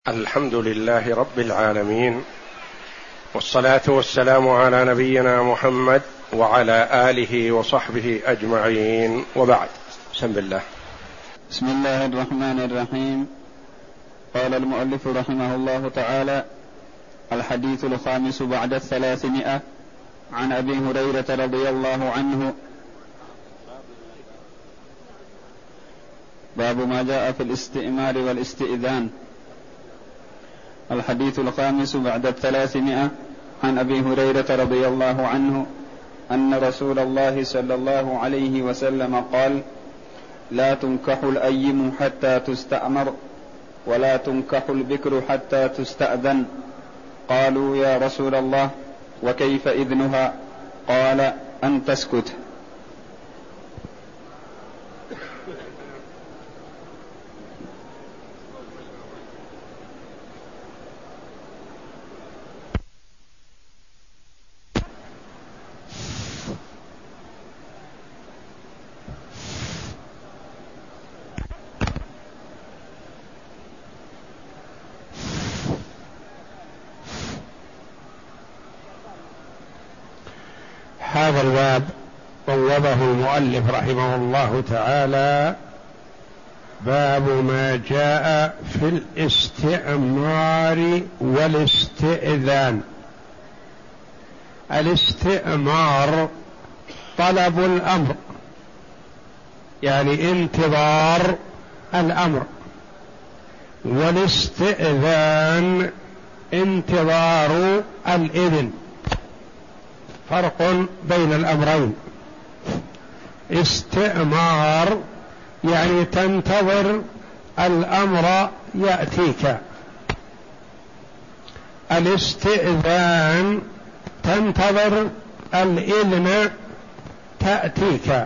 الحمد لله رب العالمين، والصلاة والسلام على نبينا محمد وعلى آله وصحبه أجمعين، وبعد. بسم الله الرحمن الرحيم. قال المؤلف رحمه الله تعالى: الحديث الخامس بعد 300 عن أبي هريرة رضي الله عنه. باب ما جاء في الاستئمار والاستئذان. الحديث الخامس بعد 300 عن أبي هريرة رضي الله عنه أن رسول الله صلى الله عليه وسلم قال: لا تنكح الأيم حتى تستأمر، ولا تنكح البكر حتى تستأذن. قالوا: يا رسول الله، وكيف إذنها؟ قال: أن تسكت. هذا الباب بوابه المؤلف رحمه الله تعالى باب ما جاء في الاستئمار والاستئذان. الاستئمار طلب الأمر، يعني انتظار الأمر، والاستئذان انتظار الإذن. فرق بين الأمرين. استئمار يعني تنتظر الأمر يأتيك، الاستئذان تنتظر الإذن تأتيك.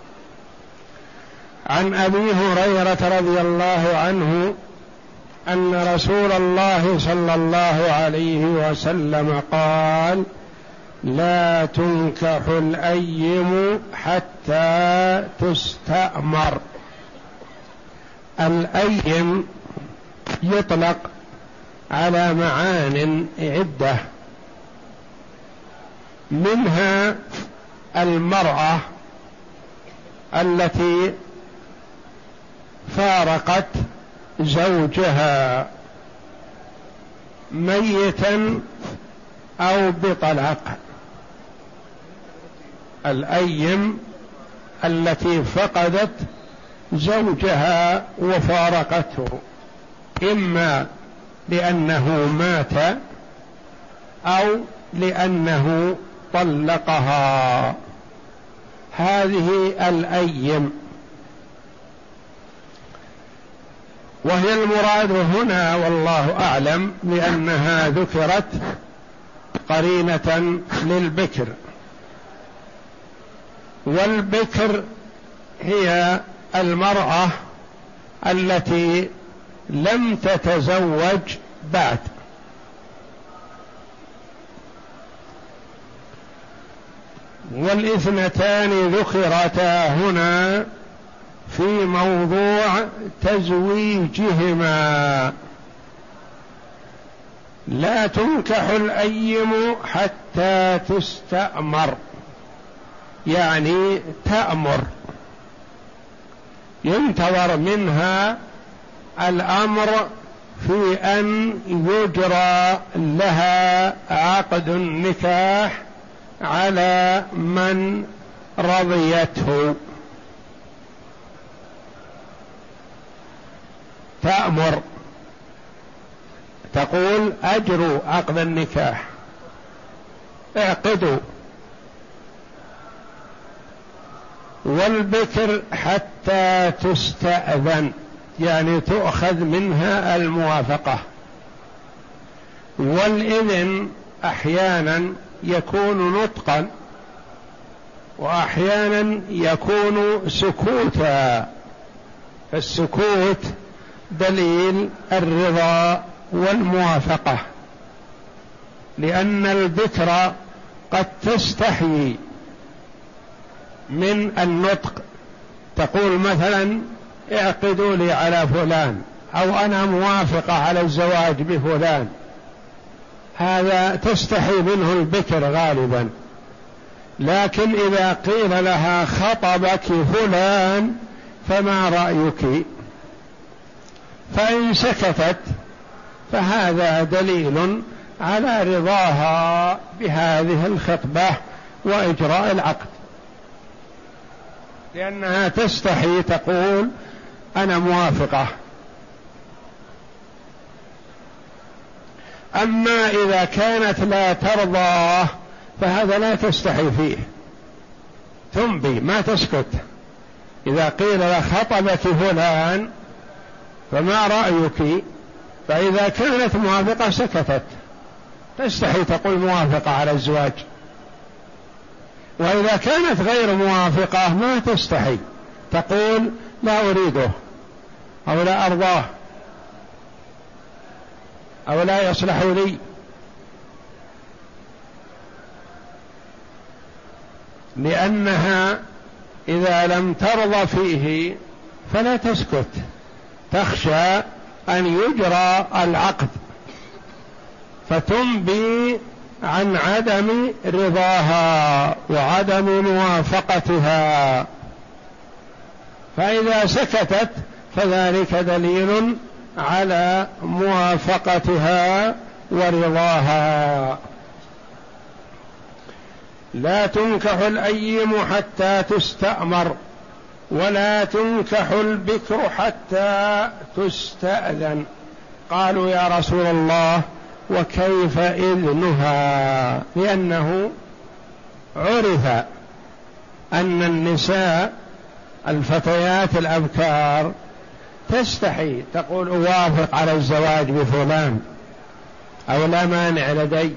عن أبي هريرة رضي الله عنه أن رسول الله صلى الله عليه وسلم قال: لا تنكح الأيم حتى تستأمر. الأيم يطلق على معان عدة، منها المرأة التي فارقت زوجها ميتا أو بطلاق. الأيم التي فقدت زوجها وفارقته، إما لأنه مات أو لأنه طلقها. هذه الأيم، وهي المراد هنا والله أعلم لأنها ذكرت قرينة للبكر، والبكر هي المرأة التي لم تتزوج بعد. والاثنتان ذكرتا هنا في موضوع تزويجهما. لا تنكح الأيم حتى تستأمر، يعني تأمر، ينتظر منها الأمر في أن يجرى لها عقد النكاح على من رضيته. تأمر، تقول: أجروا عقد النكاح، اعقدوا. والبكر حتى تستأذن، يعني تؤخذ منها الموافقة. والإذن أحيانا يكون نطقا، وأحيانا يكون سكوتا، فالسكوت دليل الرضا والموافقة، لأن البكر قد تستحيي من النطق، تقول مثلا: اعقدوا لي على فلان، أو أنا موافقة على الزواج بفلان، هذا تستحي منه البكر غالبا. لكن إذا قيل لها خطبك فلان فما رأيك، فإن سكتت فهذا دليل على رضاها بهذه الخطبة وإجراء العقد، لأنها تستحي تقول أنا موافقة. أما إذا كانت لا ترضى فهذا لا تستحي فيه، تنبي ما تسكت. إذا قيل لها خطبك فلان فما رأيك، فإذا كانت موافقة سكتت، تستحي تقول موافقة على الزواج. وإذا كانت غير موافقة ما تستحي، تقول لا أريده أو لا أرضاه أو لا يصلح لي، لأنها إذا لم ترضى فيه فلا تسكت، تخشى أن يجرى العقد فتنبي عن عدم رضاها وعدم موافقتها. فإذا سكتت فذلك دليل على موافقتها ورضاها. لا تنكح الأيم حتى تستأمر، ولا تنكح البكر حتى تستأذن. قالوا يا رسول الله وكيف إذنها؟ لأنه عرف أن النساء الفتيات الأبكار تستحي تقول أوافق على الزواج بفلان أو لا مانع لدي،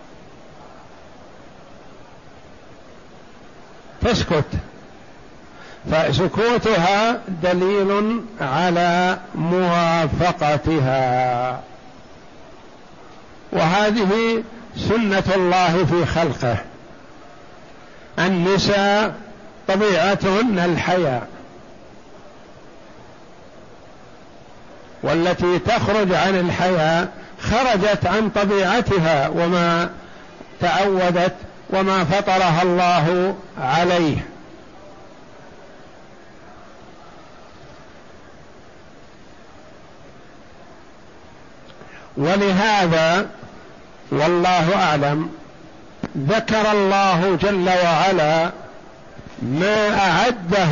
تسكت، فسكوتها دليل على موافقتها. وهذه سنة الله في خلقه. النساء طبيعتهن الحياء، والتي تخرج عن الحياء خرجت عن طبيعتها وما تعودت وما فطرها الله عليه. ولهذا والله أعلم ذكر الله جل وعلا ما أعده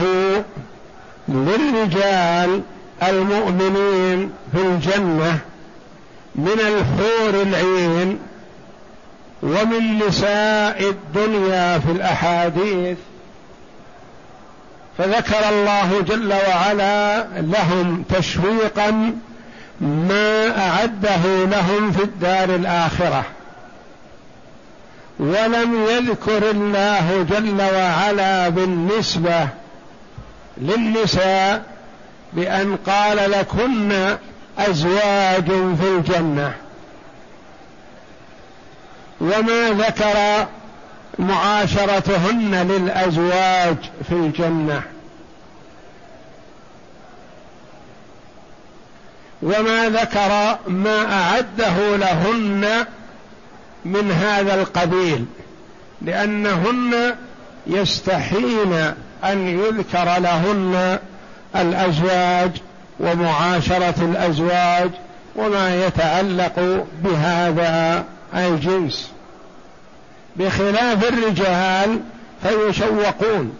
للرجال المؤمنين في الجنة من الحور العين ومن نساء الدنيا في الأحاديث. فذكر الله جل وعلا لهم تشويقا ما أعده لهم في الدار الآخرة، ولم يذكر الله جل وعلا بالنسبة للنساء بأن قال لكن أزواج في الجنة، وما ذكر معاشرتهن للأزواج في الجنة، وما ذكر ما أعده لهن من هذا القبيل، لأنهن يستحين أن يذكر لهن الأزواج ومعاشرة الأزواج وما يتعلق بهذا الجنس، بخلاف الرجال فيشوقون.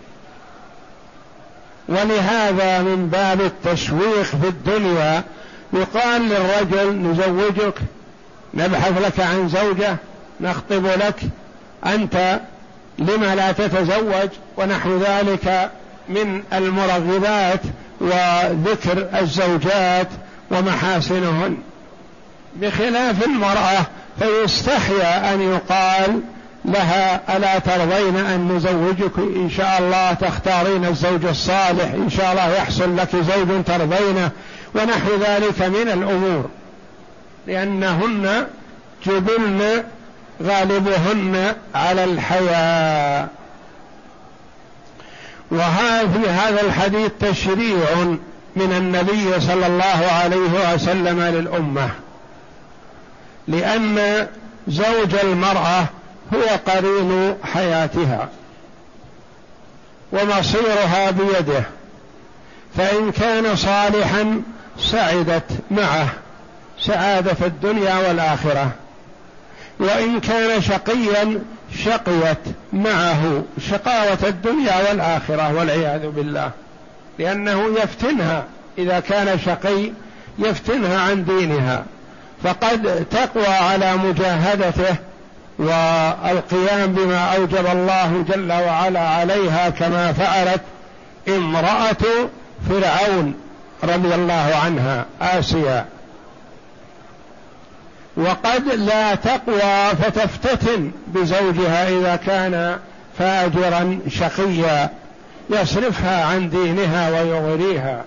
ولهذا من باب التشويق في الدنيا يقال للرجل نزوجك، نبحث لك عن زوجة، نخطب لك، أنت لما لا تتزوج، ونحو ذلك من المرغبات وذكر الزوجات ومحاسنهن. بخلاف المرأة فيستحيا أن يقال لها ألا ترضين أن نزوجك إن شاء الله، تختارين الزوج الصالح، إن شاء الله يحصل لك زوج ترضينه، ونحو ذلك من الأمور، لأنهن جبلن غالبهن على الحياء. وفي هذا الحديث تشريع من النبي صلى الله عليه وسلم للأمة، لأن زوج المرأة هو قرين حياتها ومصيرها بيده، فإن كان صالحا سعدت معه سعادة الدنيا والآخرة، وإن كان شقيا شقيت معه شقاوة الدنيا والآخرة والعياذ بالله، لأنه يفتنها إذا كان شقي، يفتنها عن دينها، فقد تقوى على مجاهدته والقيام بما أوجب الله جل وعلا عليها، كما فعلت امرأة فرعون رضي الله عنها آسيا. وقد لا تقوى فتفتتن بزوجها إذا كان فاجرا شقيا يصرفها عن دينها ويغريها.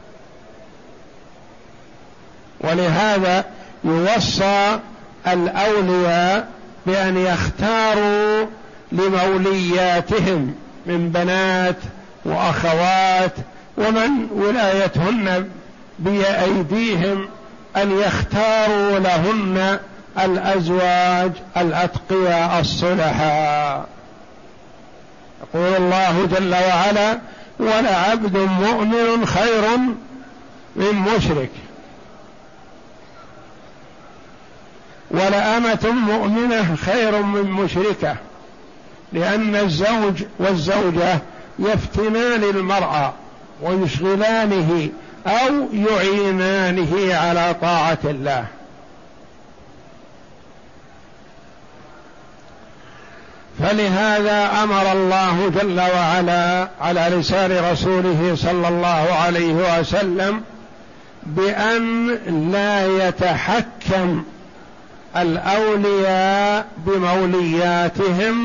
ولهذا يوصى الأولياء بأن يختاروا لمولياتهم من بنات وأخوات ومن ولايتهن بأيديهم أن يختاروا لهن الأزواج الأتقياء الصلحاء. يقول الله جل وعلا: ولعبد مؤمن خير من مشرك، ولأمة مؤمنة خير من مشركة، لأن الزوج والزوجة يفتنان المرأة ويشغلانه أو يعينانه على طاعة الله. فلهذا أمر الله جل وعلا على لسان رسوله صلى الله عليه وسلم بأن لا يتحكم الأولياء بمولياتهم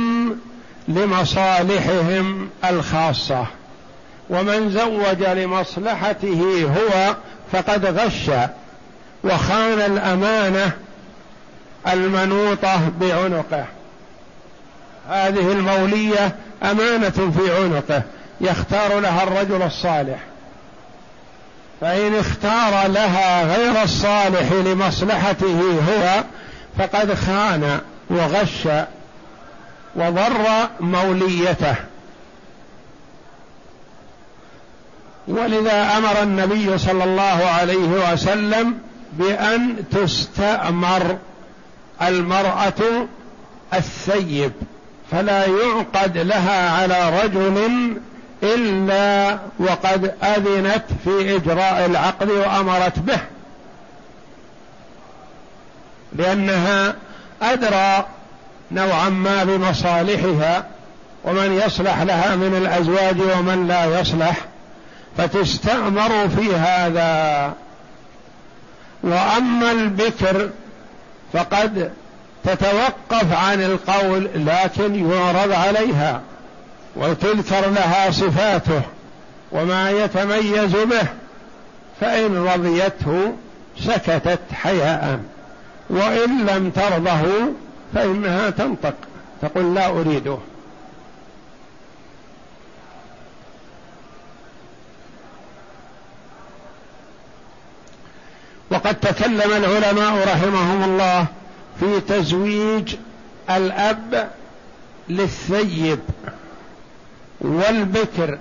لمصالحهم الخاصة، ومن زوج لمصلحته هو فقد غش وخان الأمانة المنوطة بعنقه. هذه المولية أمانة في عنقه يختار لها الرجل الصالح، فإن اختار لها غير الصالح لمصلحته هو فقد خان وغش وضر موليته. ولذا أمر النبي صلى الله عليه وسلم بأن تستأمر المرأة الثيب، فلا يعقد لها على رجل إلا وقد أذنت في إجراء العقد وأمرت به، لأنها أدرى نوعا ما بمصالحها ومن يصلح لها من الأزواج ومن لا يصلح، فتستأمر في هذا. وأما البكر فقد تتوقف عن القول، لكن يعرض عليها وتذكر لها صفاته وما يتميز به، فإن رضيته سكتت حياء، وإن لم ترضه فإنها تنطق تقول لا أريده. وقد تكلم العلماء رحمهم الله في تزويج الأب للثيب والبكر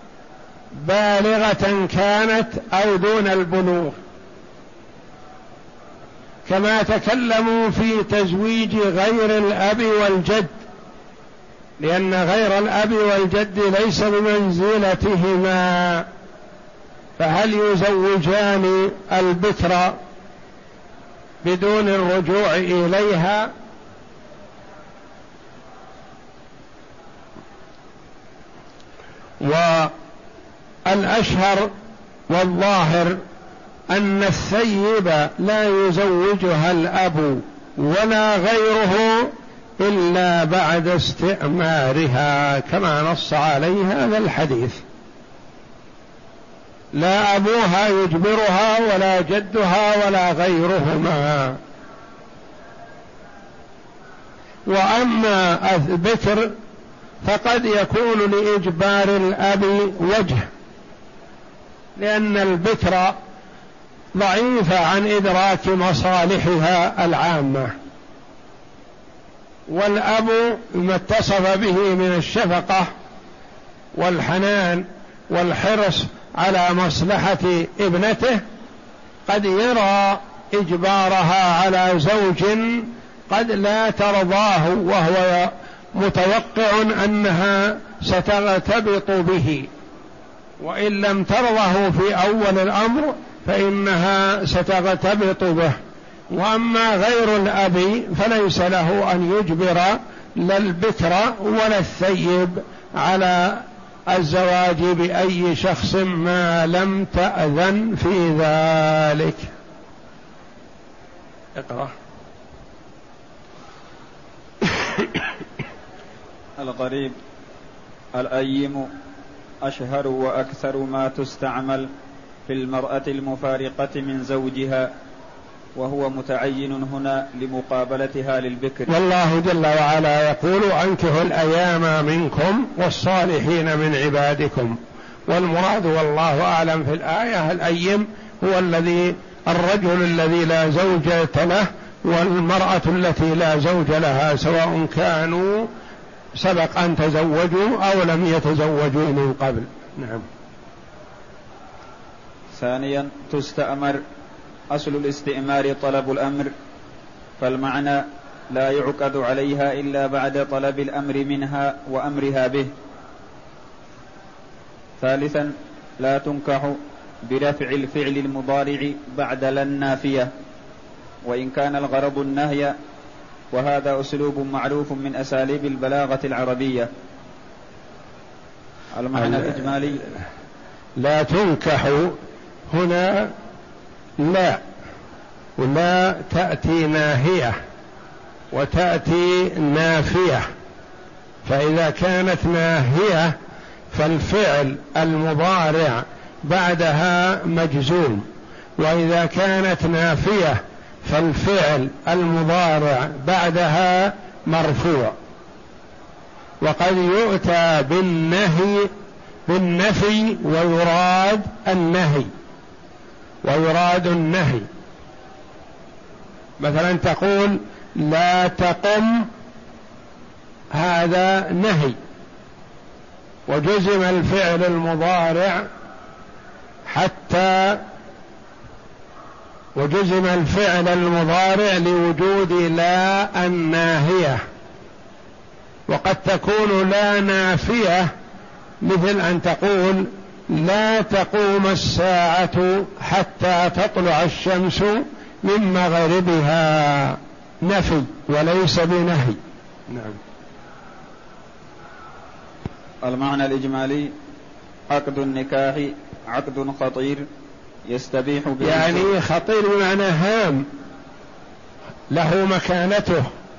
بالغة كانت أو دون البلوغ، كما تكلموا في تزويج غير الأب والجد، لأن غير الأب والجد ليس بمنزلتهما، فهل يزوجان البكر بدون الرجوع إليها؟ والأشهر والظاهر أن الثيب لا يزوجها الأب ولا غيره إلا بعد استئمارها، كما نص عليه هذا الحديث. لا أبوها يجبرها ولا جدها ولا غيرهما. وأما البكر فقد يكون لإجبار الأب وجه، لأن البكر ضعيفة عن إدراك مصالحها العامة، والأب ما اتصف به من الشفقة والحنان والحرص على مصلحة ابنته قد يرى إجبارها على زوج قد لا ترضاه، وهو متوقع أنها سترتبط به، وإن لم ترضه في أول الأمر فإنها سترتبط به. وأما غير الأب فليس له أن يجبر لا البكر ولا الثيب على الزواج بأي شخص ما لم تأذن في ذلك. اقرأ. الغريب. الأيم أشهر وأكثر ما تستعمل في المرأة المفارقة من زوجها، وهو متعين هنا لمقابلتها للبكر. والله جل وعلا يقول: أنكحوا الأيام منكم والصالحين من عبادكم. والمراد والله أعلم في الآية الأيم هو الرجل الذي لا زوجة له والمرأة التي لا زوج لها، سواء كانوا سبق أن تزوجوا أو لم يتزوجوا من قبل. نعم. ثانيا تستأمر. أصل الاستئمار طلب الأمر، فالمعنى لا يعقد عليها إلا بعد طلب الأمر منها وأمرها به. ثالثا لا تنكح برفع الفعل المضارع بعد لا النافية، وإن كان الغرض النهي، وهذا أسلوب معروف من أساليب البلاغة العربية. المعنى الإجمالي لا تنكح هنا لا، ولا تأتي ناهية وتأتي نافية، فإذا كانت ناهية فالفعل المضارع بعدها مجزوم، وإذا كانت نافية فالفعل المضارع بعدها مرفوع. وقد يؤتى بالنفي ويراد النهي. مثلا تقول لا تقم، هذا نهي، وجزم الفعل المضارع لوجود لا الناهية. وقد تكون لا نافية، مثل أن تقول لا تقوم الساعة حتى تطلع الشمس من مغربها، نفي وليس بنهي. نعم. المعنى الإجمالي: عقد النكاح عقد خطير يستبيح به، يعني خطير بمعنى هام، له مكانته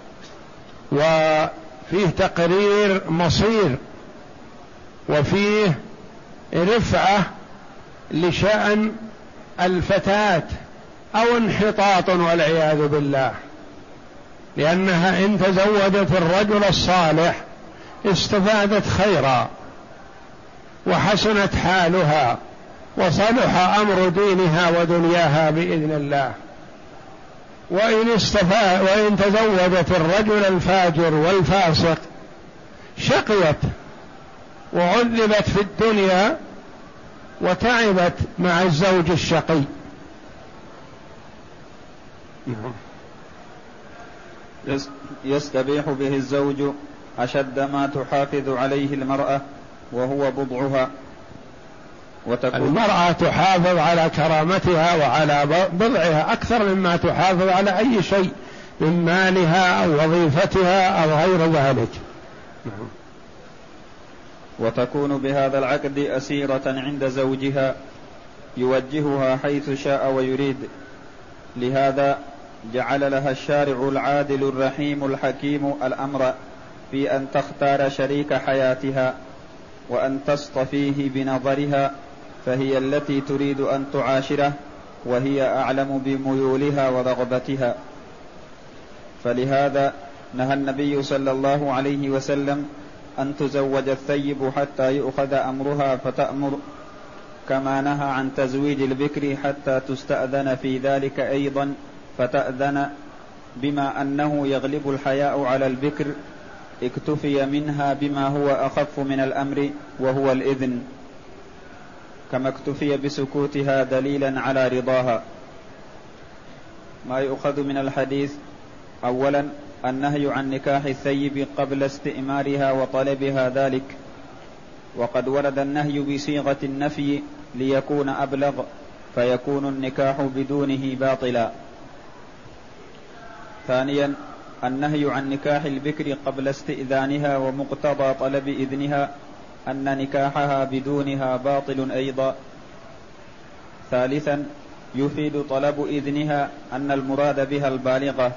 وفيه تقرير مصير وفيه رفعة لشأن الفتاة أو انحطاط والعياذ بالله، لأنها إن تزوجت الرجل الصالح استفادت خيرا وحسنت حالها وصلح أمر دينها ودنياها بإذن الله. وإن تزوجت الرجل الفاجر والفاسق شقيت وعذبت في الدنيا وتعبت مع الزوج الشقي. يستبيح به الزوج أشد ما تحافظ عليه المرأة وهو بضعها. المرأة تحافظ على كرامتها وعلى بضعها أكثر مما تحافظ على أي شيء من مالها أو وظيفتها أو غير ذلك. وتكون بهذا العقد أسيرة عند زوجها يوجهها حيث شاء ويريد. لهذا جعل لها الشارع العادل الرحيم الحكيم الأمر في أن تختار شريك حياتها وأن تصطفيه بنظرها، فهي التي تريد أن تعاشره وهي أعلم بميولها ورغبتها. فلهذا نهى النبي صلى الله عليه وسلم أن تزوج الثيب حتى يؤخذ أمرها كما نهى عن تزويج البكر حتى تستأذن في ذلك أيضا فتأذن، بما أنه يغلب الحياء على البكر اكتفي منها بما هو أخف من الأمر وهو الإذن، كما اكتفي بسكوتها دليلا على رضاها. ما يؤخذ من الحديث: أولا النهي عن نكاح الثيب قبل استئمارها وطلبها ذلك، وقد ورد النهي بصيغة النفي ليكون أبلغ، فيكون النكاح بدونه باطلا. ثانيا النهي عن نكاح البكر قبل استئذانها، ومقتضى طلب إذنها أن نكاحها بدونها باطل أيضا. ثالثا يفيد طلب إذنها أن المراد بها البالغة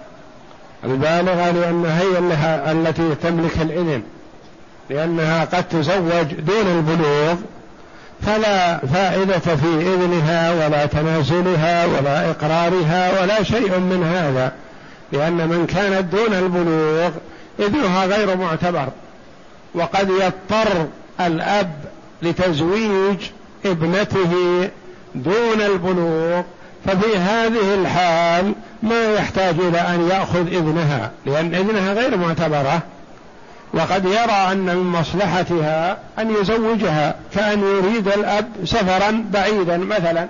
لأنها هي التي تملك الإذن، لأنها قد تزوج دون البلوغ، فلا فائدة في إذنها ولا تنازلها ولا إقرارها ولا شيء من هذا، لأن من كانت دون البلوغ إذنها غير معتبر. وقد يضطر الأب لتزويج ابنته دون البلوغ، ففي هذه الحال ما يحتاج إلى أن يأخذ إذنها، لأن إذنها غير معتبرة. وقد يرى أن من مصلحتها أن يزوجها، كأن يريد الأب سفرا بعيدا مثلا،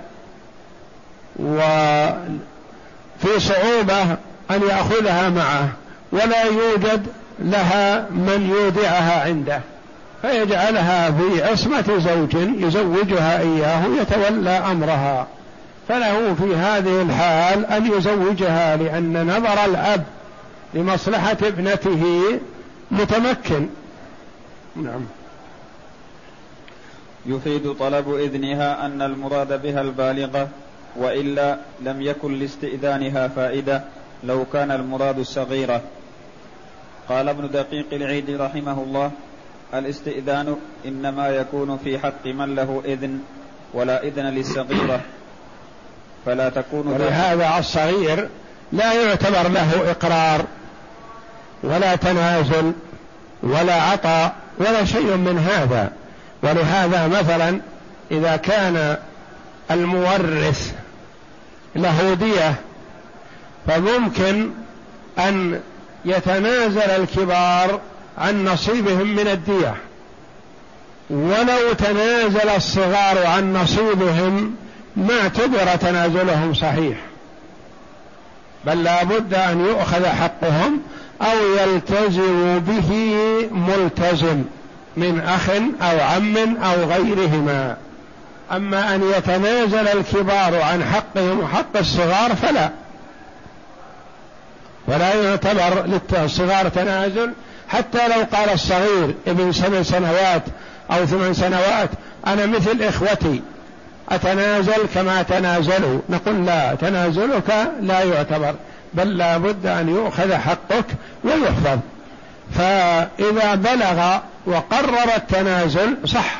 وفي صعوبة أن يأخذها معه ولا يوجد لها من يودعها عنده، فيجعلها في عصمة زوج يزوجها إياه يتولى أمرها، فله في هذه الحال أن يزوجها، لأن نظر الأب لمصلحة ابنته متمكن. نعم. يفيد طلب إذنها أن المراد بها البالغة، وإلا لم يكن لاستئذانها فائدة لو كان المراد الصغيرة. قال ابن دقيق العيد رحمه الله: الاستئذان إنما يكون في حق من له إذن، ولا إذن للصغيرة، فلا تكون. ولهذا الصغير لا يعتبر له إقرار ولا تنازل ولا عطاء ولا شيء من هذا. ولهذا مثلا إذا كان المورث له دية، فممكن أن يتنازل الكبار عن نصيبهم من الدية، ولو تنازل الصغار عن نصيبهم ما اعتبر تنازلهم صحيح، بل لا بد أن يؤخذ حقهم أو يلتزم به ملتزم من أخ أو عم أو غيرهما. أما أن يتنازل الكبار عن حقهم وحق الصغار فلا يعتبر للصغار تنازل. حتى لو قال الصغير ابن 7 سنوات أو 8 سنوات: أنا مثل إخوتي أتنازل كما تنازلوا، نقول لا، تنازلك لا يعتبر، بل لا بد أن يؤخذ حقك ويحفظ. فإذا بلغ وقرر التنازل صح.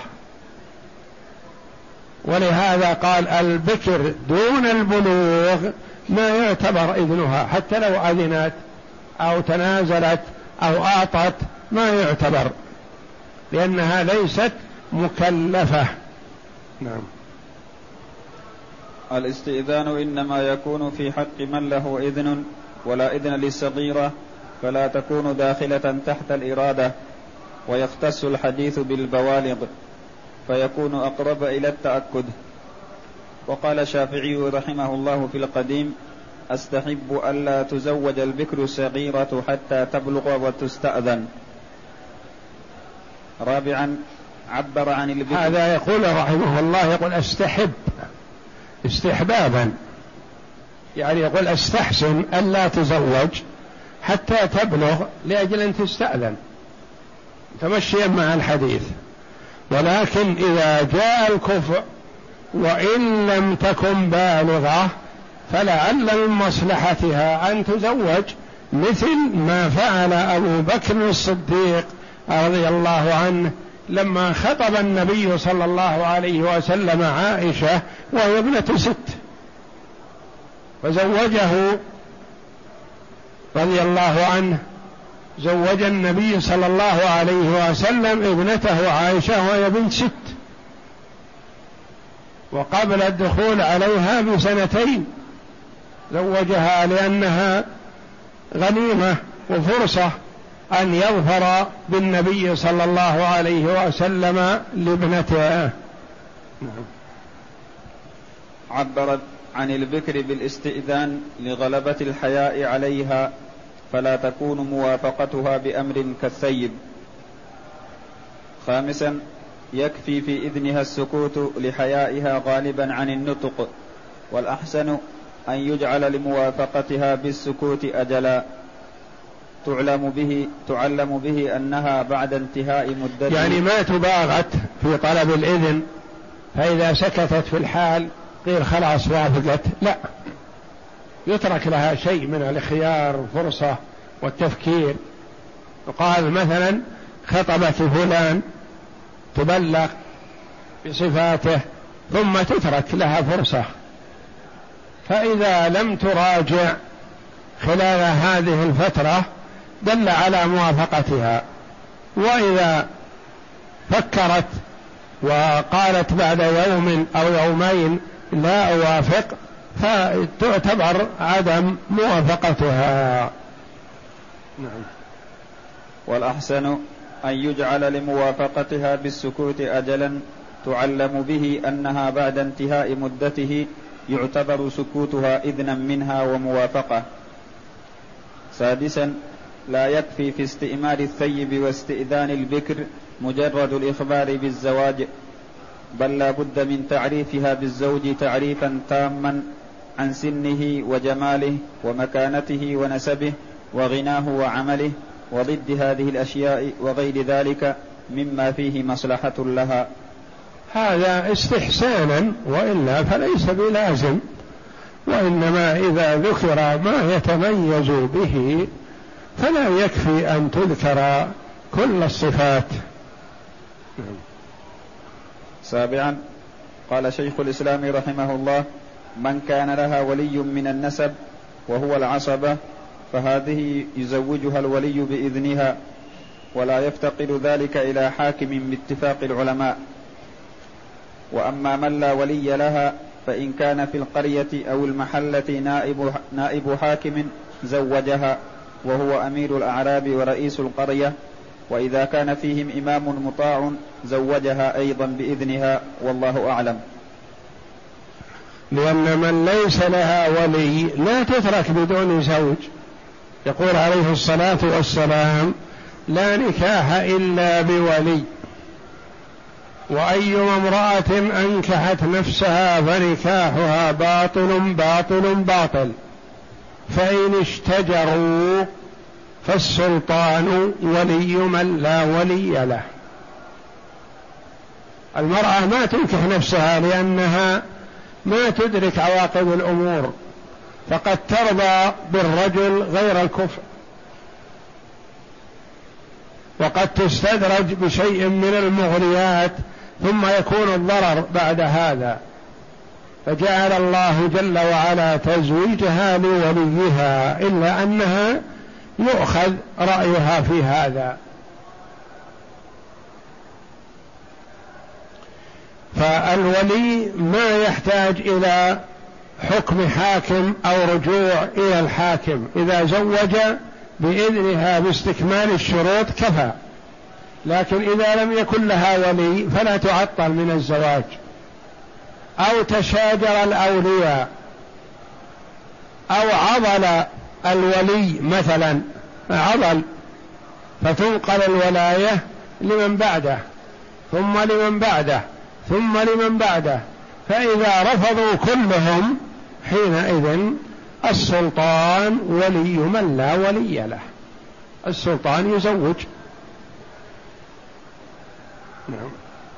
ولهذا قال: البكر دون البلوغ ما يعتبر إذنها، حتى لو أذنت أو تنازلت أو أعطت ما يعتبر، لأنها ليست مكلفة. نعم. الاستئذان إنما يكون في حق من له إذن، ولا إذن للصغيرة، فلا تكون داخلة تحت الإرادة، ويختص الحديث بالبوالغ فيكون أقرب إلى التأكد. وقال الشافعي رحمه الله في القديم: أستحب ألا تزوج البكر الصغيرة حتى تبلغ وتستأذن. رابعا عبر عن البكر، هذا يقول رحمه الله، يقول أستحب استحبابا، يعني يقول أستحسن ألا تزوج حتى تبلغ لأجل أن تستأذن، تمشيا مع الحديث. ولكن إذا جاء الكفء وإن لم تكن بالغة فلعل من مصلحتها أن تزوج، مثل ما فعل أبو بكر الصديق رضي الله عنه لما خطب النبي صلى الله عليه وسلم عائشة وهي ابنة 6، فزوجه رضي الله عنه، زوج النبي صلى الله عليه وسلم ابنته عائشة وهي بنت 6، وقبل الدخول عليها بسنتين زوجها لأنها غنيمة وفرصة أن يظفر بالنبي صلى الله عليه وسلم لابنته. عبرت عن البكر بالاستئذان لغلبة الحياء عليها، فلا تكون موافقتها بأمر كالثيب. 5. يكفي في إذنها السكوت لحيائها غالبا عن النطق، والأحسن أن يجعل لموافقتها بالسكوت أجلا تعلم به أنها بعد انتهاء مدة، يعني ما تباغت في طلب الإذن فإذا سكتت في الحال قيل خلاص وافقت، لا، يترك لها شيء من الخيار، فرصة والتفكير. يقال مثلا خطبت فلان تبلغ بصفاته ثم تترك لها فرصة، فإذا لم تراجع خلال هذه الفترة دل على موافقتها، وإذا فكرت وقالت بعد يوم أو يومين لا أوافق فتعتبر عدم موافقتها. نعم. والأحسن أن يجعل لموافقتها بالسكوت أجلا تعلم به أنها بعد انتهاء مدته يعتبر سكوتها إذنا منها وموافقة. 6. لا يكفي في استئمار الثيب واستئذان البكر مجرد الإخبار بالزواج، بل لا بد من تعريفها بالزوج تعريفا تاما عن سنه وجماله ومكانته ونسبه وغناه وعمله وضد هذه الأشياء وغير ذلك مما فيه مصلحة لها. هذا استحسانا، وإلا فليس بلازم، وإنما إذا ذكر ما يتميز به فلا يكفي أن تذكر كل الصفات. 7. قال شيخ الإسلام رحمه الله: من كان لها ولي من النسب وهو العصبة فهذه يزوجها الولي بإذنها، ولا يفتقد ذلك إلى حاكم باتفاق العلماء. وأما من لا ولي لها فإن كان في القرية أو المحلة نائب حاكم زوجها وهو أمير الأعراب ورئيس القرية، وإذا كان فيهم إمام مطاع زوجها أيضا بإذنها، والله أعلم. لأن من ليس لها ولي لا تترك بدون زوج. يقول عليه الصلاة والسلام: لا نكاح إلا بولي، وأي امرأة أنكحت نفسها فنكاحها باطل باطل باطل، فإن اشتجروا فالسلطان ولي من لا ولي له. المرأة ما تنكح نفسها لأنها ما تدرك عواقب الأمور، فقد ترضى بالرجل غير الكفء، وقد تستدرج بشيء من المغريات ثم يكون الضرر بعد هذا، فجعل الله جل وعلا تزويجها لوليها، إلا أنها يؤخذ رأيها في هذا. فالولي ما يحتاج إلى حكم حاكم أو رجوع إلى الحاكم، إذا زوج بإذنها باستكمال الشروط كفى، لكن إذا لم يكن لها ولي فلا تعطل من الزواج. أو تشاجر الأولياء أو عضل الولي مثلا، عضل، فتنقل الولاية لمن بعده ثم لمن بعده ثم لمن بعده، فإذا رفضوا كلهم حينئذ السلطان ولي من لا ولي له، السلطان يزوج. نعم.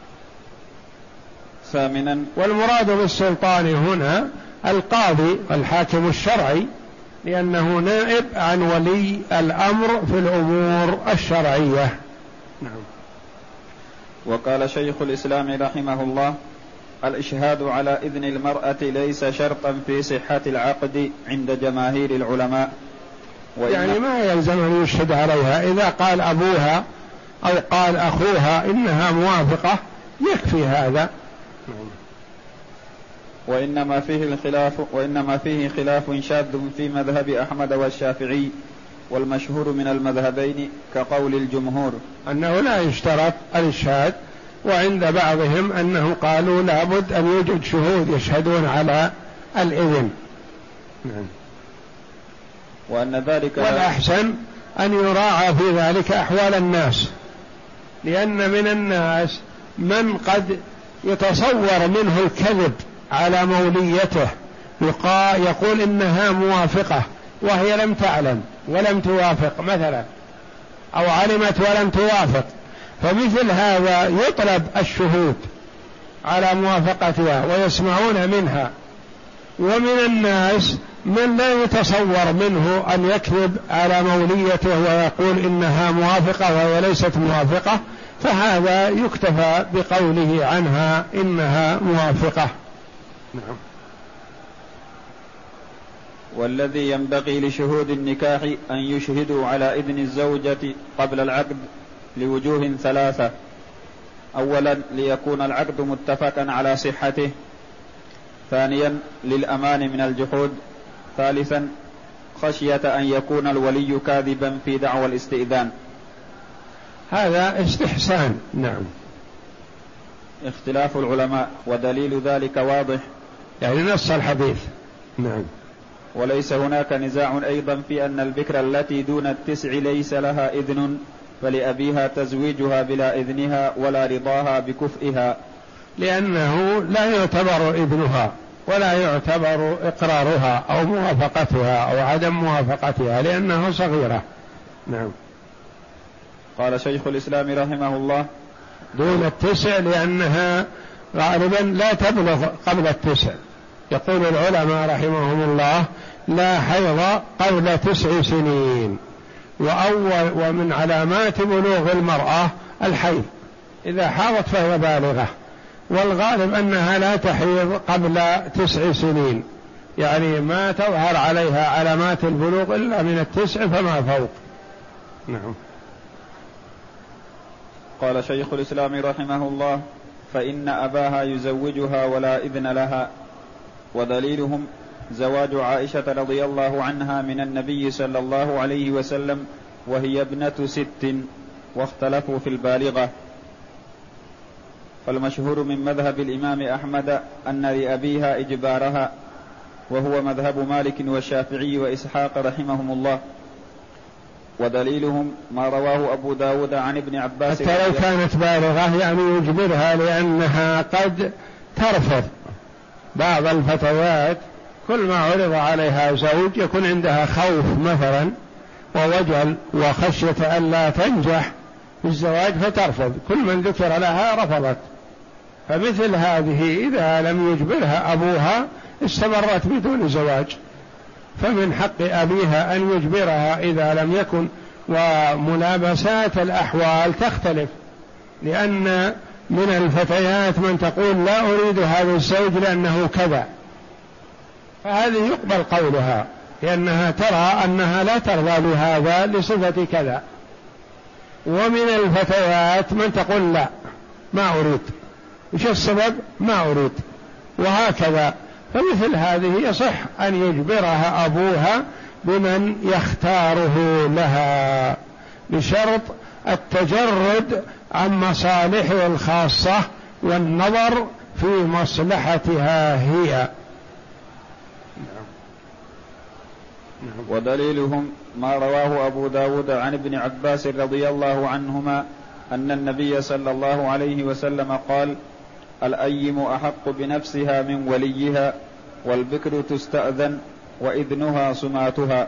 8. والمراد بالسلطان هنا القاضي الحاكم الشرعي، لأنه نائب عن ولي الأمر في الأمور الشرعية. نعم. وقال شيخ الإسلام رحمه الله: الإشهاد على إذن المرأة ليس شرطا في صحة العقد عند جماهير العلماء، يعني ما يلزم أن يشهد عليها، إذا قال أبوها أو قال أخوها إنها موافقة يكفي هذا. وإنما فيه خلاف شاذ في مذهب أحمد والشافعي، والمشهور من المذهبين كقول الجمهور أنه لا يشترط الإشهاد، وعند بعضهم أنه قالوا لابد أن يوجد شهود يشهدون على الإذن. نعم. وأن ذلك والأحسن أن يراعى في ذلك أحوال الناس، لأن من الناس من قد يتصور منه الكذب على موليته، يقول إنها موافقة وهي لم تعلم ولم توافق مثلا، أو علمت ولم توافق، فمثل هذا يطلب الشهود على موافقتها ويسمعون منها. ومن الناس من لا يتصور منه أن يكذب على موليته ويقول إنها موافقة وهي ليست موافقة، فهذا يكتفى بقوله عنها إنها موافقة. نعم. والذي ينبغي لشهود النكاح أن يشهدوا على إذن الزوجة قبل العقد لوجوه ثلاثة: أولا ليكون العقد متفقا على صحته، ثانيا للأمان من الجحود، ثالثا خشية أن يكون الولي كاذبا في دعوى الاستئذان. هذا استحسان. نعم. اختلاف العلماء، ودليل ذلك واضح، يعني نص الحديث. نعم. وليس هناك نزاع أيضا في أن البكر التي دون 9 ليس لها إذن، فلأبيها تزويجها بلا إذنها ولا رضاها بكفئها، لأنه لا يعتبر إذنها ولا يعتبر إقرارها أو موافقتها أو عدم موافقتها لأنها صغيرة. نعم. قال شيخ الإسلام رحمه الله: دون 9 لأنها غالبا لا تبلغ قبل 9. يقول العلماء رحمهم الله: لا حيض قبل 9 سنين، ومن علامات بلوغ المرأة الحيض، إذا حاضت فهي بالغة، والغالب أنها لا تحيض قبل 9 سنين، يعني ما تظهر عليها علامات البلوغ إلا من 9 فما فوق. نعم. قال شيخ الإسلام رحمه الله: فإن أباها يزوجها ولا إذن لها، ودليلهم زواج عائشة رضي الله عنها من النبي صلى الله عليه وسلم وهي ابنة 6، واختلفوا في البالغة. فالمشهور من مذهب الإمام أحمد أن لأبيها إجبارها، وهو مذهب مالك والشافعي وإسحاق رحمهم الله، ودليلهم ما رواه أبو داود عن ابن عباس: حتى لو كانت بالغة يعني يجبرها، لأنها قد ترفض. بعض الفتيات كل ما عرض عليها زوج يكون عندها خوف مثلا ووجل وخشية أن لا تنجح في الزواج فترفض، كل من ذكر لها رفضت. فمثل هذه إذا لم يجبرها أبوها استمرت بدون زواج، فمن حق أبيها أن يجبرها إذا لم يكن. وملابسات الأحوال تختلف، لأن من الفتيات من تقول لا أريد هذا الزوج لأنه كذا، فهذه يقبل قولها لأنها ترى أنها لا ترضى بهذا لصفة كذا. ومن الفتيات من تقول لا ما أريد، وش السبب؟ ما أريد، وهكذا. فمثل هذه يصح أن يجبرها أبوها بمن يختاره لها، بشرط التجرد عن مصالحه الخاصة والنظر في مصلحتها هي. ودليلهم ما رواه أبو داود عن ابن عباس رضي الله عنهما أن النبي صلى الله عليه وسلم قال: الأيم أحق بنفسها من وليها، والبكر تستأذن وإذنها سماتها.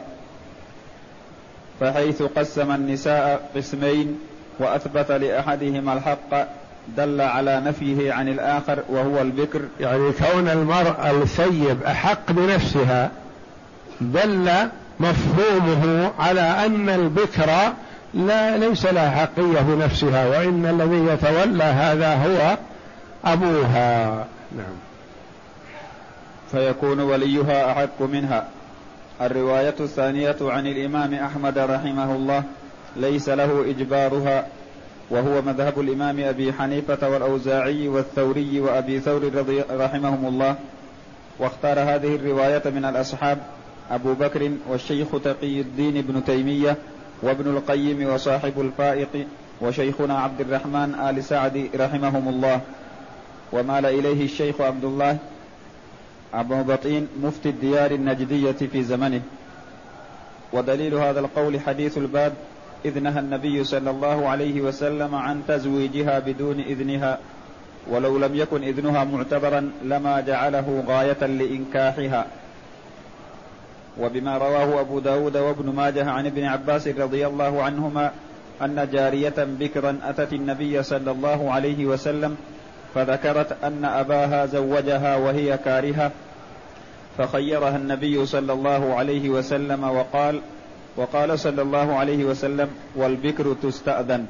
فحيث قسم النساء قسمين وأثبت لأحدهما الحق دل على نفيه عن الآخر وهو البكر، يعني كون المرأة الثيب أحق بنفسها دل مفهومه على أن البكر ليس لها حقية بنفسها، وإن الذي يتولى هذا هو أبوها. نعم. فيكون وليها أحق منها. الرواية الثانية عن الإمام أحمد رحمه الله: ليس له إجبارها، وهو مذهب الإمام أبي حنيفة والأوزاعي والثوري وأبي ثور رحمهم الله، واختار هذه الرواية من الأصحاب أبو بكر والشيخ تقي الدين ابن تيمية وابن القيم وصاحب الفائق وشيخنا عبد الرحمن آل سعد رحمهم الله، ومال إليه الشيخ عبد الله أبو بطين مفتي الديار النجدية في زمنه. ودليل هذا القول حديث الباب إذ نهى النبي صلى الله عليه وسلم عن تزويجها بدون إذنها، ولو لم يكن إذنها معتبرا لما جعله غاية لإنكاحها. وبما رواه أبو داود وابن ماجه عن ابن عباس رضي الله عنهما أن جارية بكرا أتت النبي صلى الله عليه وسلم فذكرت أن أباها زوجها وهي كارهة، فخيرها النبي صلى الله عليه وسلم وقال صلى الله عليه وسلم والبكر تستأذن.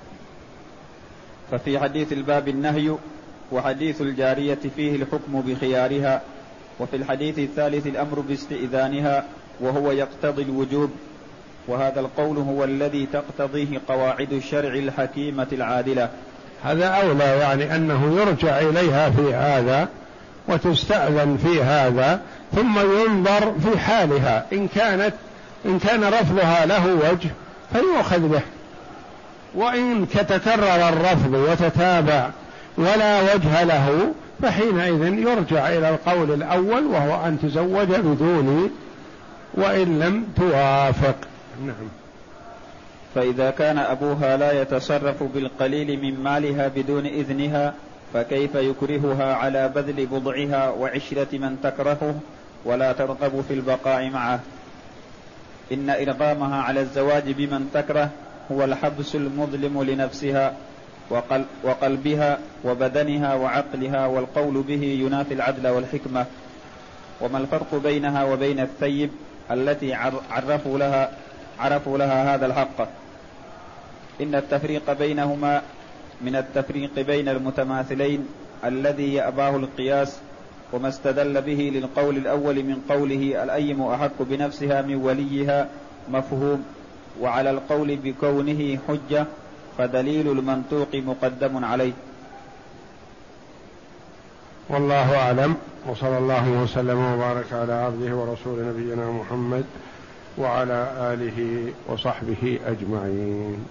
ففي حديث الباب النهي، وحديث الجارية فيه الحكم بخيارها، وفي الحديث الثالث الأمر باستئذانها وهو يقتضي الوجوب، وهذا القول هو الذي تقتضيه قواعد الشرع الحكيمة العادلة. هذا أولى، يعني أنه يرجع إليها في هذا وتستأذن في هذا، ثم ينظر في حالها، إن كان رفضها له وجه فيؤخذ به، وإن تكرر الرفض وتتابع ولا وجه له فحينئذ يرجع إلى القول الأول وهو أن تزوج بدون، وإن لم توافق. نعم. فإذا كان أبوها لا يتصرف بالقليل من مالها بدون إذنها فكيف يكرهها على بذل بضعها وعشرة من تكرهه ولا ترغب في البقاء معه؟ إن إرغامها على الزواج بمن تكره هو الحبس المظلم لنفسها وقلبها وبدنها وعقلها، والقول به ينافي العدل والحكمة. وما الفرق بينها وبين الثيب التي عرفوا لها هذا الحق؟ إن التفريق بينهما من التفريق بين المتماثلين الذي يأباه القياس، وما استدل به للقول الأول من قوله الأيم أحق بنفسها من وليها مفهوم، وعلى القول بكونه حجة فدليل المنطوق مقدم عليه. والله أعلم، وصلى الله وسلم وبارك على عبده ورسول نبينا محمد وعلى آله وصحبه أجمعين.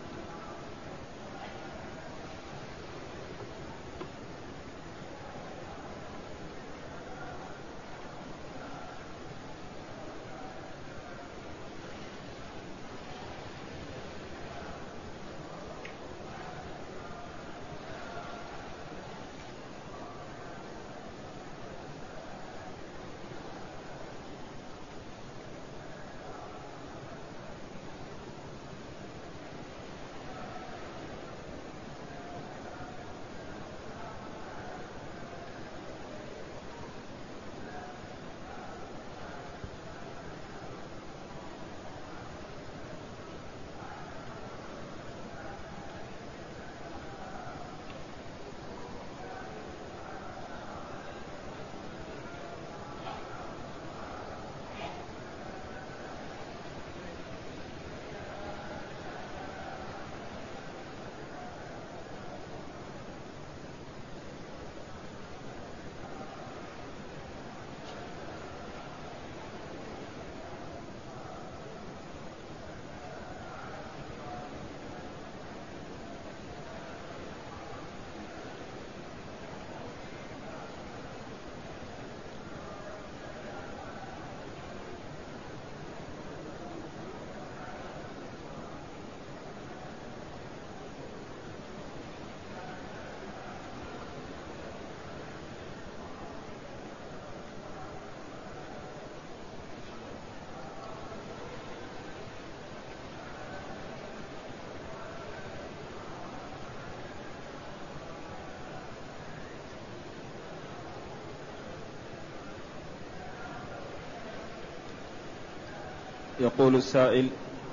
يقول السائل: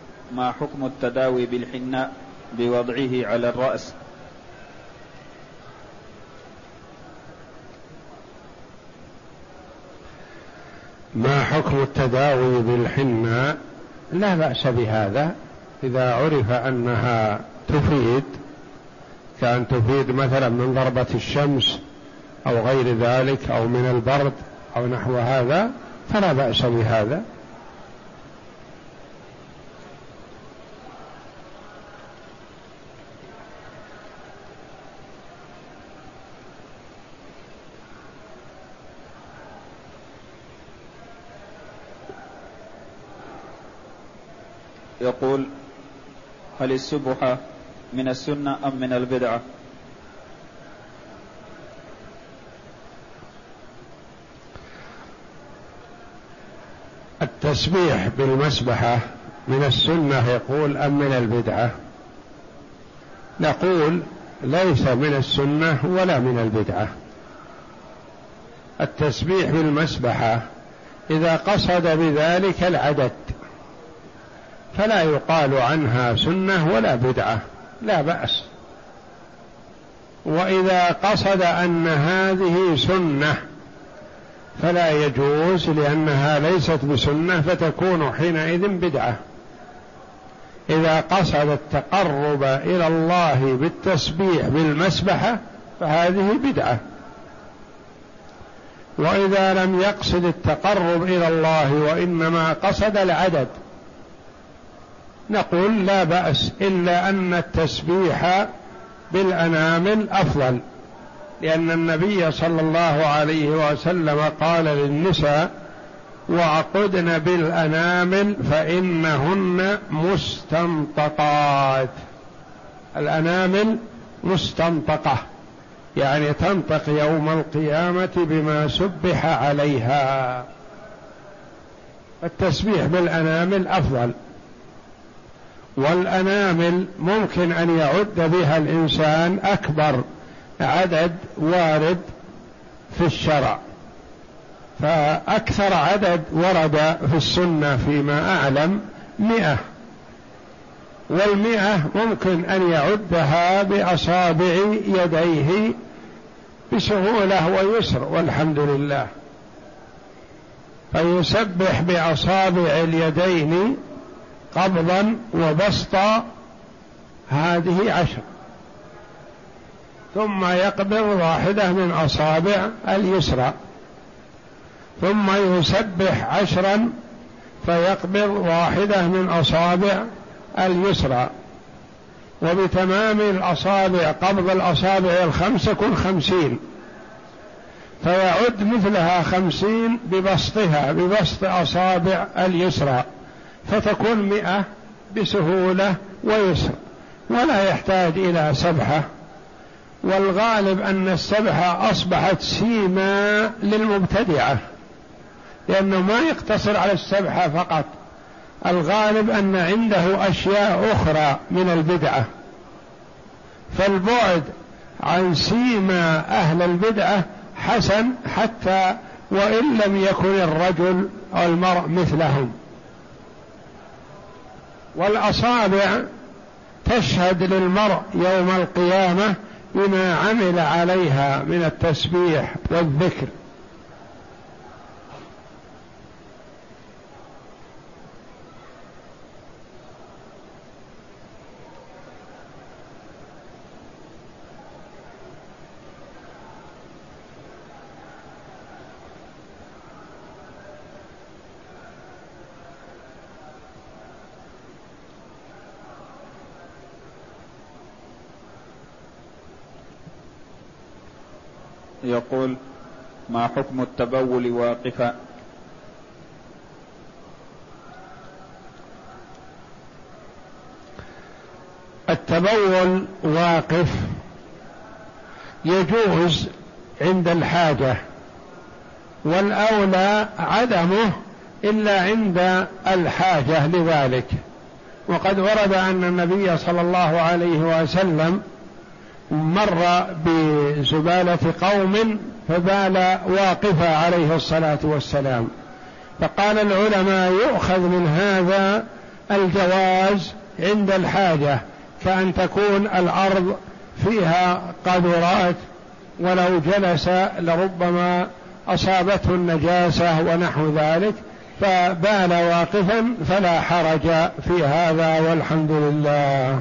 ما حكم التداوي بالحناء بوضعه على الرأس؟ ما حكم التداوي بالحناء؟ لا بأس بهذا إذا عرف أنها تفيد، كان تفيد مثلا من ضربة الشمس أو غير ذلك، أو من البرد أو نحو هذا فلا بأس بهذا. يقول: هل السبحة من السنة أم من البدعة؟ التسبيح بالمسبحة من السنة يقول أم من البدعة؟ نقول ليس من السنة ولا من البدعة. التسبيح بالمسبحة إذا قصد بذلك العدد فلا يقال عنها سنة ولا بدعة، لا بأس. وإذا قصد أن هذه سنة فلا يجوز، لأنها ليست بسنة فتكون حينئذ بدعة. إذا قصد التقرب إلى الله بالتسبيح بالمسبحة فهذه بدعة. وإذا لم يقصد التقرب إلى الله وإنما قصد العدد نقول لا بأس، إلا أن التسبيح بالأنامل أفضل، لأن النبي صلى الله عليه وسلم قال للنساء: وعقدن بالأنامل فإنهن مستنطقات. الأنامل مستنطقة يعني تنطق يوم القيامة بما سبح عليها. التسبيح بالأنامل أفضل، والأنامل ممكن أن يعد بها الإنسان أكبر عدد وارد في الشرع، فأكثر عدد ورد في السنة فيما أعلم 100، وال100 ممكن أن يعدها بأصابع يديه بسهولة ويسر والحمد لله، فيسبح بأصابع اليدين قبضا وبسطا هذه 10، ثم يقبض واحدة من أصابع اليسرى، ثم يسبح 10 فيقبض واحدة من أصابع اليسرى، وبتمام الأصابع قبض الأصابع 5 كل 50، فيعد مثلها 50 ببسطها ببسط أصابع اليسرى، فتكون 100 بسهولة ويسر، ولا يحتاج إلى سبحة. والغالب أن السبحة أصبحت سيما للمبتدعة، لأنه ما يقتصر على السبحة فقط، الغالب أن عنده أشياء أخرى من البدعة، فالبعد عن سيما أهل البدعة حسن حتى وإن لم يكن الرجل أو المرء مثلهم. والأصابع تشهد للمرء يوم القيامة بما عمل عليها من التسبيح والذكر. يقول: ما حكم التبول واقفا؟ التبول واقف يجوز عند الحاجة، والأولى عدمه إلا عند الحاجة لذلك. وقد ورد أن النبي صلى الله عليه وسلم مر بزبالة قوم فبال واقفا عليه الصلاة والسلام، فقال العلماء يؤخذ من هذا الجواز عند الحاجة، كأن تكون الأرض فيها قاذورات ولو جلس لربما أصابته النجاسة ونحو ذلك، فبال واقفا فلا حرج في هذا والحمد لله.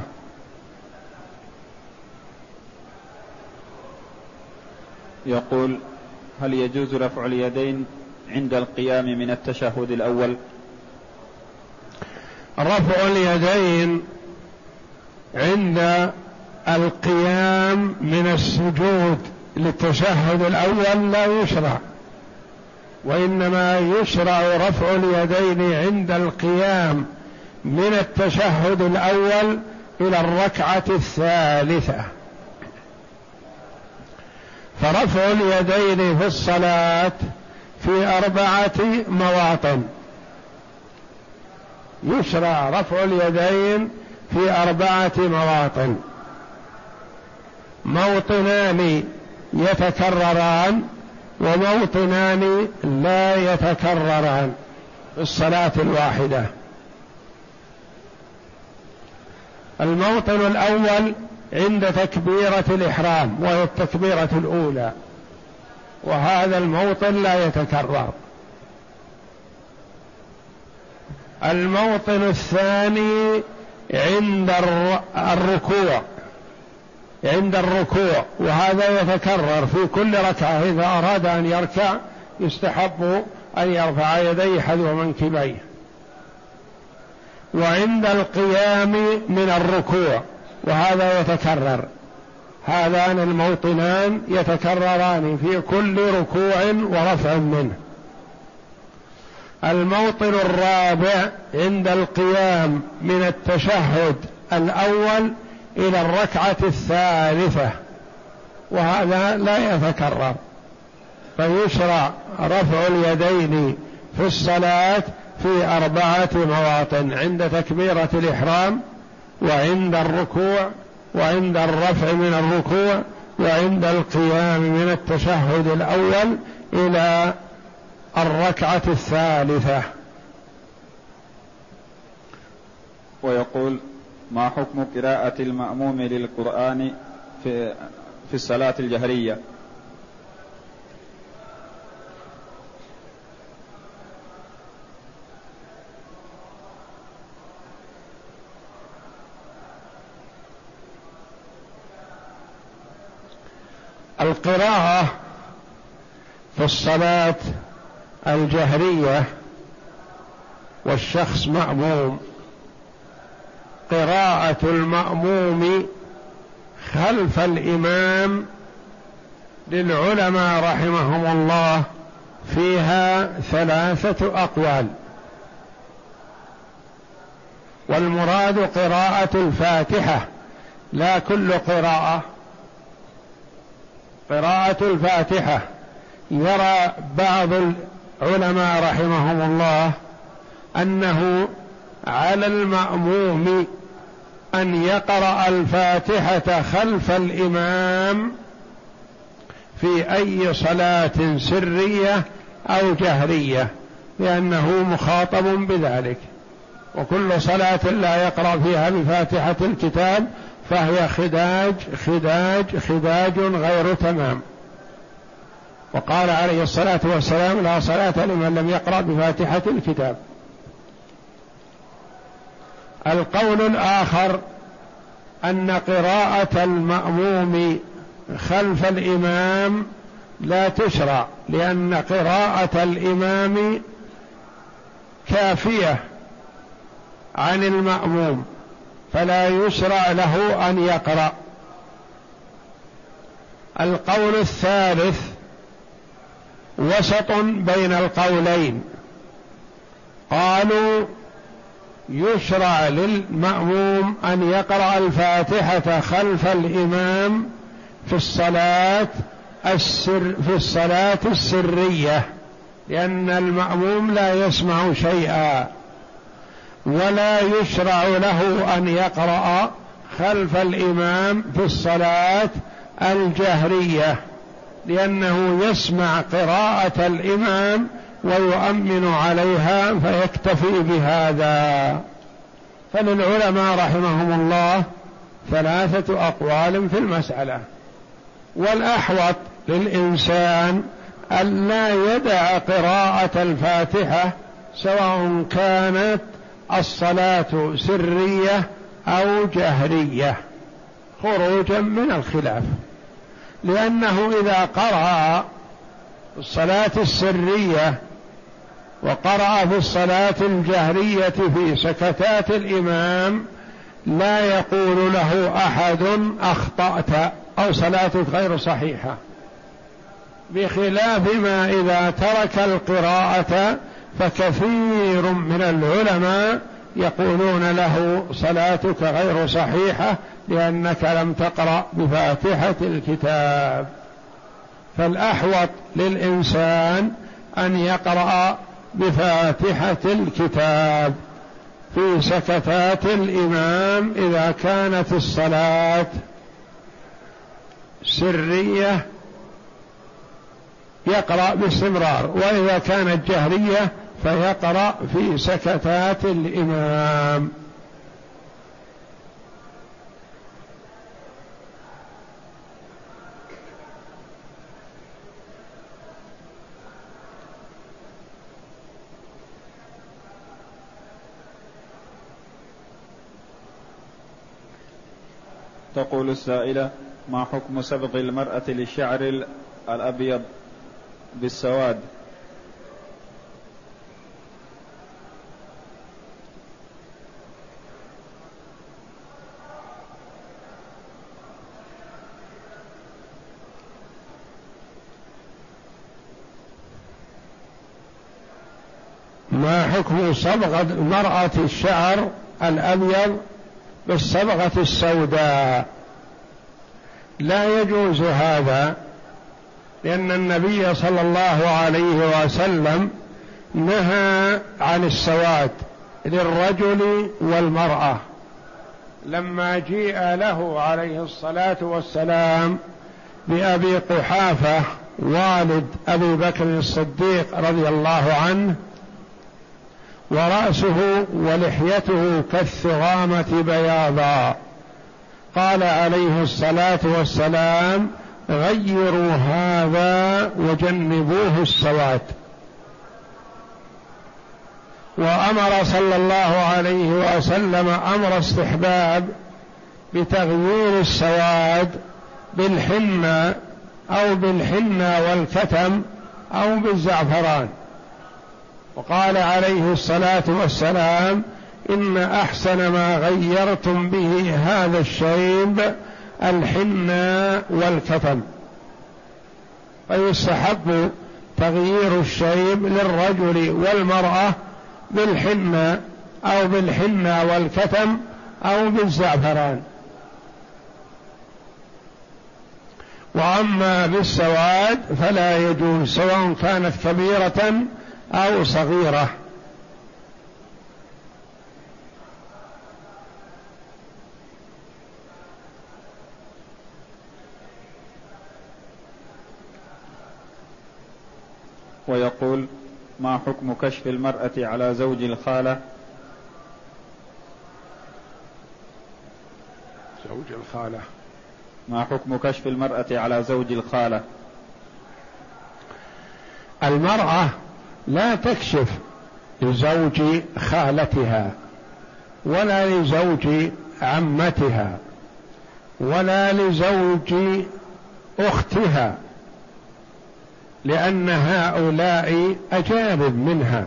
يقول: هل يجوز رفع اليدين عند القيام من التشهد الأول؟ رفع اليدين عند القيام من السجود للتشهد الأول لا يشرع، وإنما يشرع رفع اليدين عند القيام من التشهد الأول إلى الركعة الثالثة. فرفع اليدين في الصلاة في 4 مواطن، يشرع رفع اليدين في 4 مواطن: موطنان يتكرران وموطنان لا يتكرران في الصلاة الواحدة. الموطن الأول عند تكبيرة الإحرام وهي التكبيرة الأولى، وهذا الموطن لا يتكرر. الموطن الثاني عند الركوع وهذا يتكرر في كل ركعة، إذا أراد أن يركع يستحب أن يرفع يديه حذو منكبيه. وعند القيام من الركوع وهذا يتكرر، هذان الموطنان يتكرران في كل ركوع ورفع منه. الموطن الرابع عند القيام من التشهد الأول إلى الركعة الثالثة، وهذا لا يتكرر، فيشرع رفع اليدين في الصلاة في 4 مواطن: عند تكبيرة الإحرام، وعند الركوع، وعند الرفع من الركوع، وعند القيام من التشهد الأول إلى الركعة الثالثة. ويقول: ما حكم قراءة المأموم للقرآن في الصلاة الجهرية؟ القراءة في الصلاة الجهرية والشخص مأموم، قراءة المأموم خلف الإمام للعلماء رحمهم الله فيها 3 أقوال، والمراد قراءة الفاتحة لا كل قراءة. قراءة الفاتحة يرى بعض العلماء رحمهم الله أنه على المأموم أن يقرأ الفاتحة خلف الإمام في أي صلاة سرية أو جهرية، لأنه مخاطب بذلك، وكل صلاة لا يقرأ فيها بفاتحة الكتاب فهي خداج غير تمام. وقال عليه الصلاة والسلام: لا صلاة لمن لم يقرأ بفاتحة الكتاب. القول الآخر أن قراءة المأموم خلف الإمام لا تشرع، لأن قراءة الإمام كافية عن المأموم، فلا يشرع له أن يقرأ. القول الثالث وسط بين القولين، قالوا يشرع للمأموم أن يقرأ الفاتحة خلف الإمام في الصلاة السرية، لأن المأموم لا يسمع شيئا، ولا يشرع له أن يقرأ خلف الإمام في الصلاة الجهرية، لأنه يسمع قراءة الإمام ويؤمن عليها فيكتفي بهذا. فللعلماء رحمهم الله 3 أقوال في المسألة، والأحوط للإنسان أن لا يدع قراءة الفاتحة سواء كانت الصلاة سرية أو جهرية، خروجا من الخلاف، لأنه إذا قرأ الصلاة السرية وقرأ في الصلاة الجهرية في سكتات الإمام لا يقول له أحد أخطأت أو صلاتك غير صحيحة، بخلاف ما إذا ترك القراءة فكثير من العلماء يقولون له صلاتك غير صحيحة لأنك لم تقرأ بفاتحة الكتاب. فالأحوط للإنسان أن يقرأ بفاتحة الكتاب في سكتات الإمام إذا كانت الصلاة سرية يقرأ باستمرار، وإذا كانت جهرية فيقرأ في سكتات الإمام. تقول السائلة: ما حكم صبغ المرأة للشعر الأبيض بالسواد؟ ما حكم صبغة المرأة الشعر الأبيض بالصبغة السوداء؟ لا يجوز هذا، لأن النبي صلى الله عليه وسلم نهى عن السواد للرجل والمرأة. لما جيء له عليه الصلاة والسلام بأبي قحافة والد أبي بكر الصديق رضي الله عنه ورأسه ولحيته كالثغامة بياضا، قال عليه الصلاة والسلام: غيروا هذا وجنبوه السواد. وأمر صلى الله عليه وسلم أمر استحباب بتغيير السواد بالحنة أو بالحنة والكتم أو بالزعفران، وقال عليه الصلاة والسلام: إن أحسن ما غيرتم به هذا الشيب الحنة والكتم. فيستحب تغيير الشيب للرجل والمرأة بالحنة أو بالحنة والكتم أو بالزعفران. وأما بالسواد فلا يجوز، سواء كانت كبيرة أو صغيرة. ويقول: ما حكم كشف المرأة على زوج الخالة؟ زوج الخالة، ما حكم كشف المرأة على زوج الخالة؟ المرأة لا تكشف لزوج خالتها ولا لزوج عمتها ولا لزوج أختها، لأن هؤلاء أجانب منها،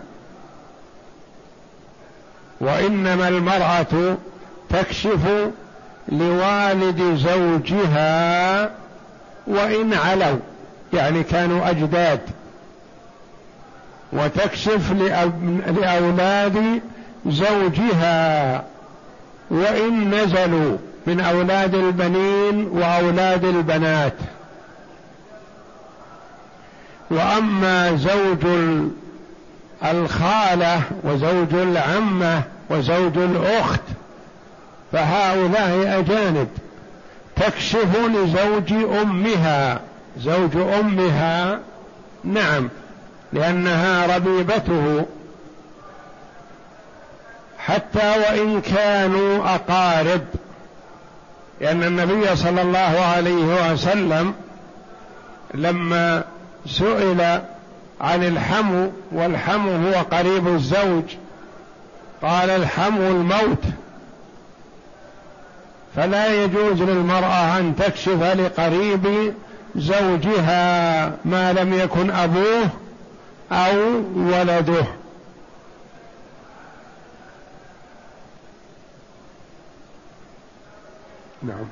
وإنما المرأة تكشف لوالد زوجها وإن علوا، يعني كانوا أجداد، وتكشف لأولاد زوجها وإن نزلوا من أولاد البنين وأولاد البنات. وأما زوج الخالة وزوج العمة وزوج الأخت فهؤلاء أجانب، تكشف لزوج أمها، زوج أمها نعم، لأنها ربيبته، حتى وإن كانوا أقارب، لأن النبي صلى الله عليه وسلم لما سئل عن الحمو، والحمو هو قريب الزوج، قال: الحمو الموت. فلا يجوز للمرأة أن تكشف لقريب زوجها ما لم يكن أبوه أو ولده، نعم.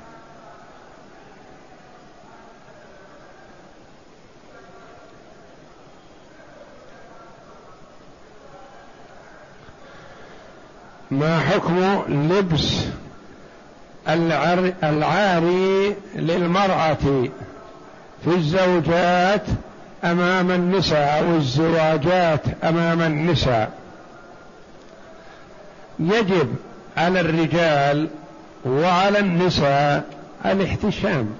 ما حكم لبس العاري للمرأة في الزوجات أمام النساء أو الزواجات أمام النساء؟ يجب على الرجال وعلى النساء الاحتشام،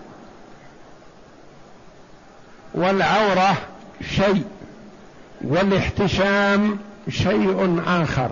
والعورة شيء والاحتشام شيء آخر،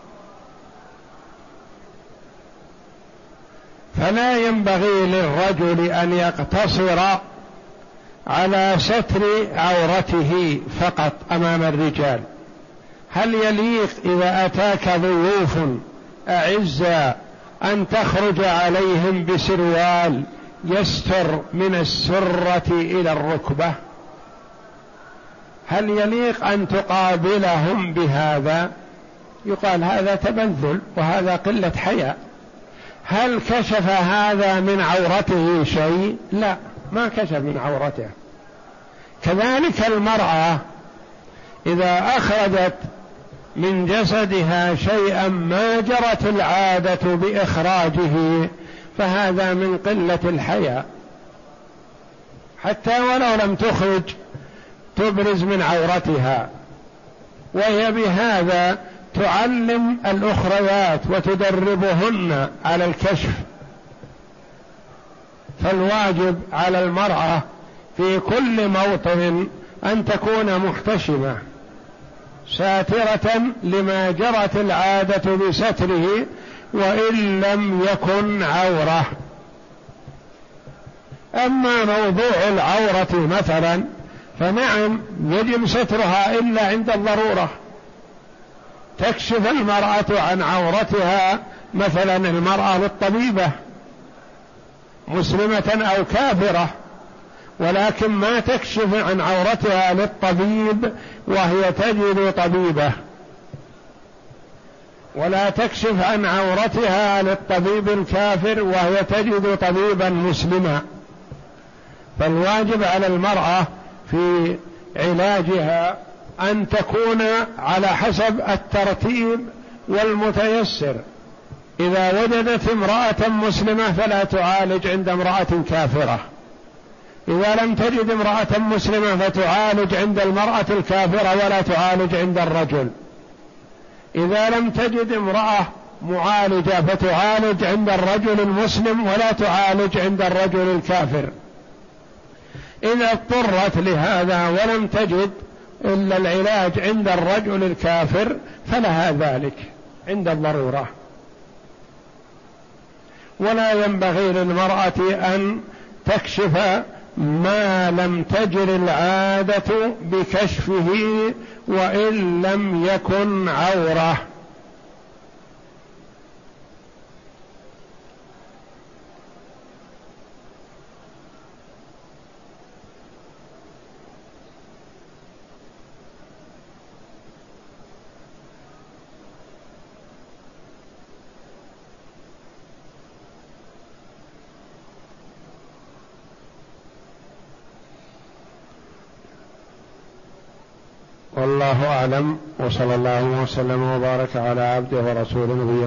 فلا ينبغي للرجل أن يقتصر على ستر عورته فقط أمام الرجال. هل يليق إذا أتاك ضيوف أعزاء أن تخرج عليهم بسروال يستر من السرة إلى الركبة؟ هل يليق أن تقابلهم بهذا؟ يقال هذا تبذل وهذا قلة حياء. هل كشف هذا من عورته شيء؟ لا، ما كشف من عورته. كذلك المرأة إذا أخرجت من جسدها شيئا ما جرت العادة بإخراجه فهذا من قلة الحياء، حتى ولو لم تخرج تبرز من عورتها، وهي بهذا تعلم الأخريات وتدربهن على الكشف. فالواجب على المرأة في كل موطن أن تكون محتشمة ساترة لما جرت العادة بستره وإن لم يكن عورة. أما موضوع العورة مثلا فنعم يجب سترها إلا عند الضرورة. تكشف المرأة عن عورتها، مثلا المرأة للطبيبة مسلمة أو كافرة، ولكن ما تكشف عن عورتها للطبيب وهي تجد طبيبة، ولا تكشف عن عورتها للطبيب الكافر وهي تجد طبيبا مسلما. فالواجب على المرأة في علاجها أن تكون على حسب الترتيب والمتيسر. إذا وجدت امرأة مسلمة فلا تعالج عند امرأة كافرة، إذا لم تجد امرأة مسلمة فتعالج عند المرأة الكافرة ولا تعالج عند الرجل، إذا لم تجد امرأة معالجة فتعالج عند الرجل المسلم ولا تعالج عند الرجل الكافر. إذا اضطرت لهذا ولم تجد إلا العلاج عند الرجل الكافر فلها ذلك عند الضرورة. ولا ينبغي للمرأة أن تكشف ما لم تجر العادة بكشفه وإن لم يكن عورة. والله أعلم، وصلى الله وسلم وبارك على عبده ورسوله نبينا